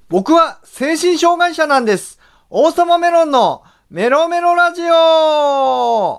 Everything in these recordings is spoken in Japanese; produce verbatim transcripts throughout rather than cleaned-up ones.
僕は精神障害者なんです。王様メロンのメロメロラジオ。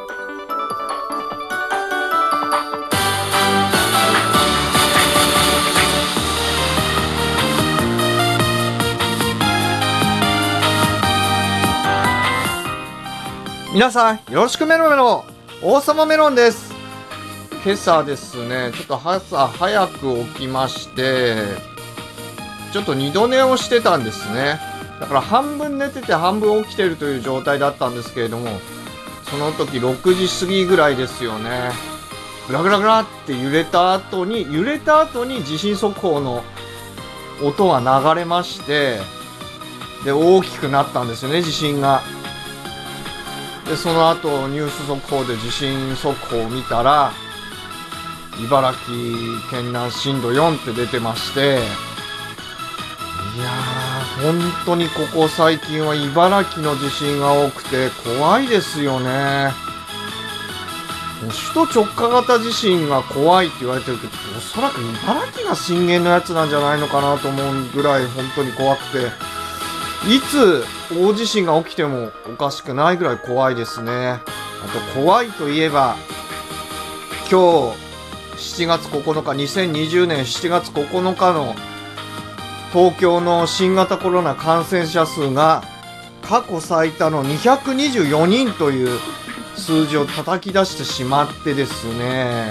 皆さんよろしくメロメロ。王様メロンです。今朝ですね、ちょっと朝早く起きまして、ちょっと二度寝をしてたんですね。だから半分寝てて半分起きてるという状態だったんですけれども、その時ろくじ過ぎぐらいですよね。グラグラグラって揺れた後に揺れた後に地震速報の音が流れまして、で大きくなったんですよね、地震が。でその後ニュース速報で地震速報を見たら、茨城県南震度よんって出てまして、いやー本当にここ最近は茨城の地震が多くて怖いですよね。もう首都直下型地震が怖いって言われてるけど、おそらく茨城が震源のやつなんじゃないのかなと思うぐらい本当に怖くて、いつ大地震が起きてもおかしくないぐらい怖いですね。あと怖いといえば、今日しちがつここのか、にせんにじゅうねんしちがつここのかの東京の新型コロナ感染者数が過去最多のにひゃくにじゅうよにんという数字を叩き出してしまってですね、いや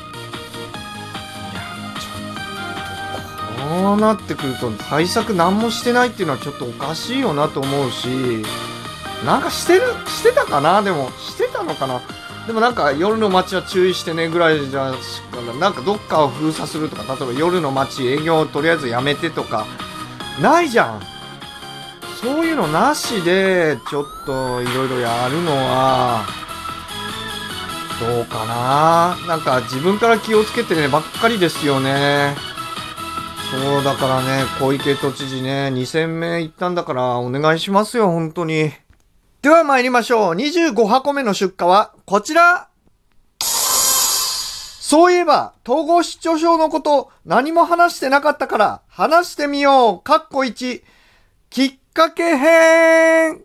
ちょっとこうなってくると対策何もしてないっていうのはちょっとおかしいよなと思うし、なんかしてるしてたかな、でもしてたのかな、でもなんか夜の街は注意してねぐらいじゃなんかどっかを封鎖するとか、例えば夜の街営業をとりあえずやめてとかないじゃん。そういうのなしでちょっといろいろやるのはどうかな。なんか自分から気をつけてねばっかりですよね。そうだからね、小池都知事ねにせんめい行ったんだからお願いしますよ本当に。では参りましょう。にじゅうごはこめの出荷はこちら。そういえば統合失調症のこと何も話してなかったから話してみよう。かっこいちきっかけ編。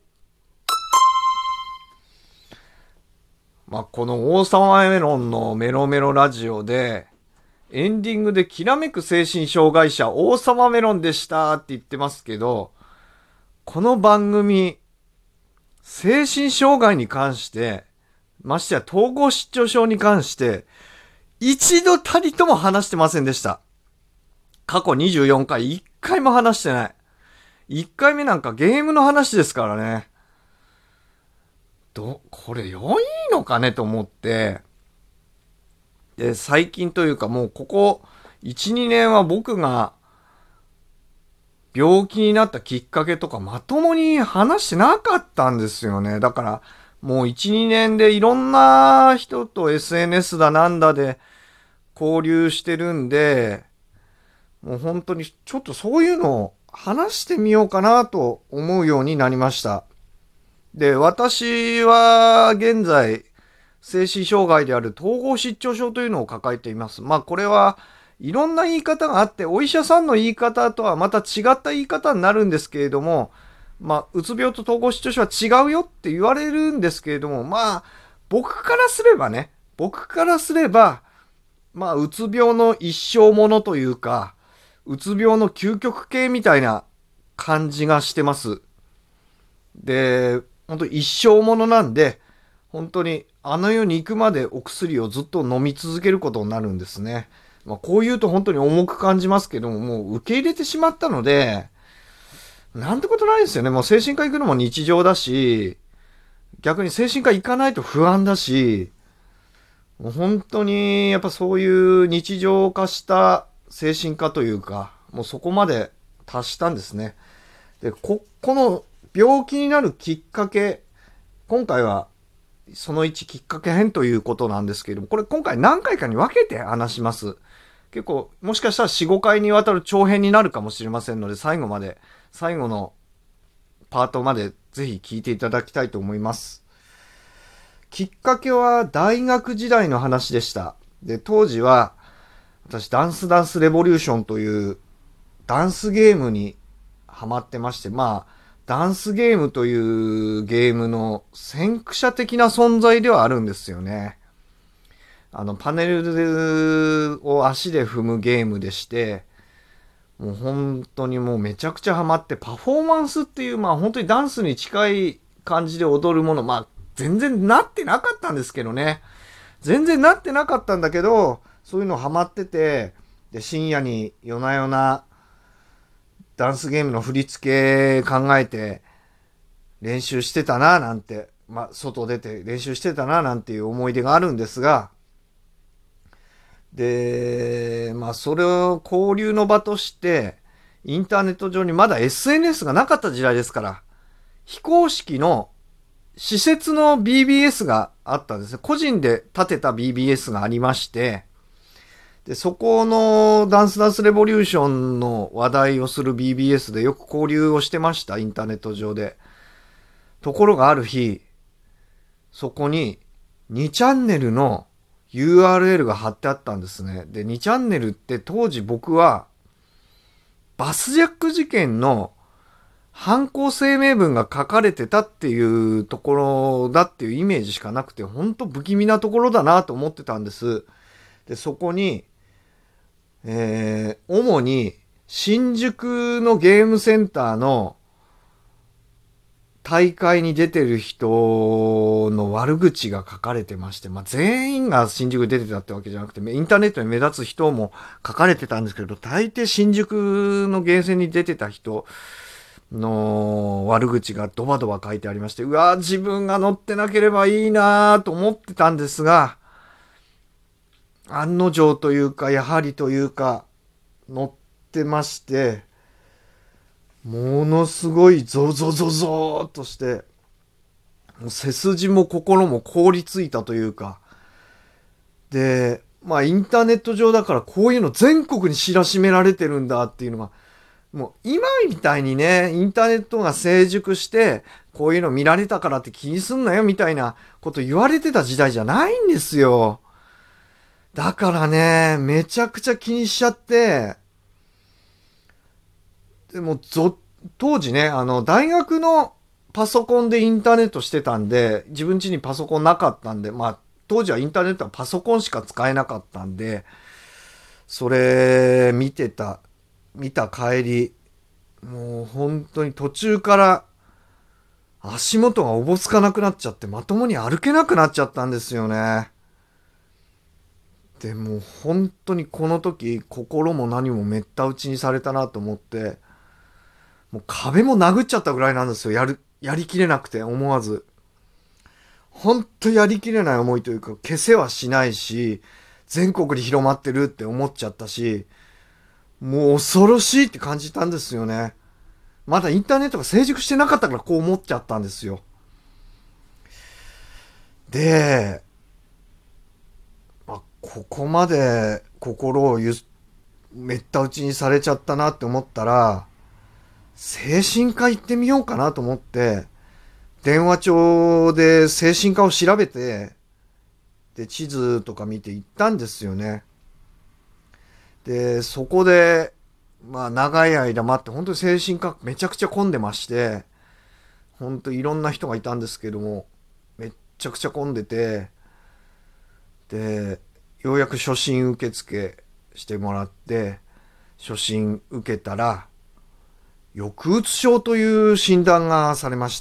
まあ、この王様メロンのメロメロラジオでエンディングできらめく精神障害者王様メロンでしたって言ってますけど、この番組精神障害に関して、ましてや統合失調症に関して一度たりとも話してませんでした。過去にじゅうよんかいいっかいも話してない。いっかいめなんかゲームの話ですからね。どこれ良いのかねと思って、で最近というかもうここ いちにねんは僕が病気になったきっかけとかまともに話してなかったんですよね。だからもう いちにねんでいろんな人と エスエヌエス だなんだで交流してるんで、もう本当にちょっとそういうのを話してみようかなと思うようになりました。で、私は現在精神障害である統合失調症というのを抱えています。まあこれはいろんな言い方があって、お医者さんの言い方とはまた違った言い方になるんですけれども、まあうつ病と統合失調症は違うよって言われるんですけれども、まあ僕からすればね、僕からすればまあうつ病の一生ものというか、うつ病の究極系みたいな感じがしてます。で、本当一生ものなんで、本当にあの世に行くまでお薬をずっと飲み続けることになるんですね。まあ、こう言うと本当に重く感じますけども、もう受け入れてしまったので、なんてことないですよね。もう精神科行くのも日常だし、逆に精神科行かないと不安だし、もう本当にやっぱそういう日常化した精神科というか、もうそこまで達したんですね。で、こ、この病気になるきっかけ、今回はそのいちきっかけ編ということなんですけれども、これ今回何回かに分けて話します。結構もしかしたらよん、ごかいにわたる長編になるかもしれませんので、最後まで、最後のパートまでぜひ聞いていただきたいと思います。きっかけは大学時代の話でした。で、当時は私ダンスダンスレボリューションというダンスゲームにハマってまして、まあ、ダンスゲームというゲームの先駆者的な存在ではあるんですよね。あの、パネルを足で踏むゲームでして、もう本当にもうめちゃくちゃハマって、パフォーマンスっていう、まあ本当にダンスに近い感じで踊るもの、まあ全然なってなかったんですけどね。全然なってなかったんだけど、そういうのハマってて、で、深夜に夜な夜なダンスゲームの振り付け考えて練習してたななんて、まあ外出て練習してたななんていう思い出があるんですが、で、まあそれを交流の場として、インターネット上にまだ エスエヌエス がなかった時代ですから、非公式の施設の ビービーエス があったんですね。個人で建てた ビービーエス がありまして、で、そこのダンスダンスレボリューションの話題をする ビービーエス でよく交流をしてました、インターネット上で。ところがある日、そこににチャンネルの ユーアールエル が貼ってあったんですね。で、にチャンネルって当時僕はバスジャック事件の犯行声明文が書かれてたっていうところだっていうイメージしかなくて、ほんと不気味なところだなと思ってたんです。で、そこに、えー、主に新宿のゲームセンターの大会に出てる人の悪口が書かれてまして、まあ、全員が新宿出てたってわけじゃなくて、インターネットに目立つ人も書かれてたんですけど、大抵新宿のゲーセンに出てた人の悪口がドバドバ書いてありまして、うわー、自分が乗ってなければいいなーと思ってたんですが、案の定というか、やはりというか、乗ってまして、ものすごいゾゾゾゾーっとして、もう背筋も心も凍りついたというか、で、まあインターネット上だからこういうの全国に知らしめられてるんだっていうのが、もう今みたいにね、インターネットが成熟して、こういうの見られたからって気にすんなよみたいなこと言われてた時代じゃないんですよ。だからね、めちゃくちゃ気にしちゃって、でもぞ、当時ね、あの、大学のパソコンでインターネットしてたんで、自分家にパソコンなかったんで、まあ、当時はインターネットはパソコンしか使えなかったんで、それ見てた、見た帰り、もう本当に途中から足元がおぼつかなくなっちゃって、まともに歩けなくなっちゃったんですよね。でもう本当にこの時、心も何もめった打ちにされたなと思って、もう壁も殴っちゃったぐらいなんですよ。やる、やりきれなくて思わず。本当やりきれない思いというか、消せはしないし、全国に広まってるって思っちゃったし、もう恐ろしいって感じたんですよね。まだインターネットが成熟してなかったからこう思っちゃったんですよ。で、まあ、ここまで心をゆめった打ちにされちゃったなって思ったら、精神科行ってみようかなと思って、電話帳で精神科を調べて、で、地図とか見て行ったんですよね。で、そこで、まあ長い間待って、本当に精神科めちゃくちゃ混んでまして、本当いろんな人がいたんですけども、めっちゃくちゃ混んでて、で、ようやく初診受付してもらって、初診受けたら、抑うつ症という診断がされました。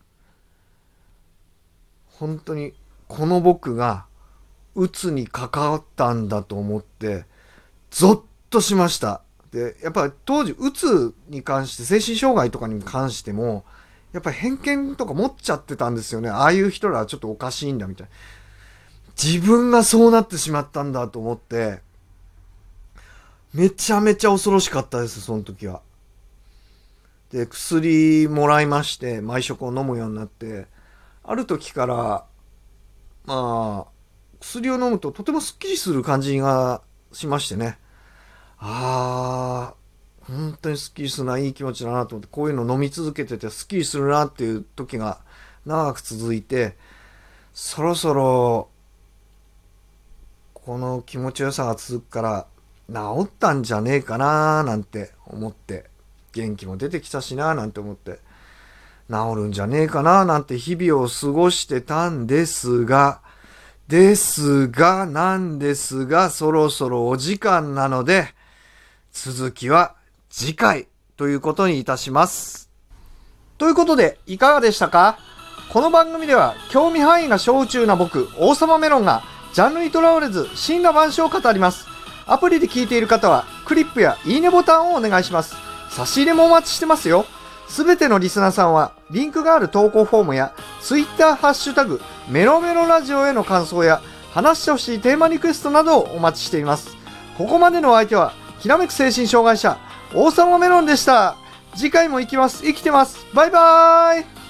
本当にこの僕がうつに関わったんだと思ってゾッとしました。で、やっぱり当時うつに関して精神障害とかに関してもやっぱり偏見とか持っちゃってたんですよね。ああいう人らはちょっとおかしいんだみたいな。自分がそうなってしまったんだと思ってめちゃめちゃ恐ろしかったです、その時は。で、薬もらいまして毎食を飲むようになって、ある時からまあ薬を飲むととてもスッキリする感じがしましてね。ああ、本当にスッキリするな、いい気持ちだなと思って、こういうの飲み続けててスッキリするなっていう時が長く続いて、そろそろこの気持ちよさが続くから治ったんじゃねえかななんて思って、 元気も出てきたしななんて思って、治るんじゃねえかななんて日々を過ごしてたんですが、ですが、なんですが、そろそろお時間なので、続きは次回ということにいたします。ということで、いかがでしたか？この番組では、興味範囲が小宇宙な僕、王様メロンが、ジャンルにとらわれず、真羅万象を語ります。アプリで聞いている方は、クリップやいいねボタンをお願いします。差し入れもお待ちしてますよ。すべてのリスナーさんは、リンクがある投稿フォームや、ツイッターハッシュタグ、メロメロラジオへの感想や、話してほしいテーマリクエストなどをお待ちしています。ここまでのお相手は、ひらめく精神障害者、王様メロンでした。次回も行きます。生きてます。バイバーイ。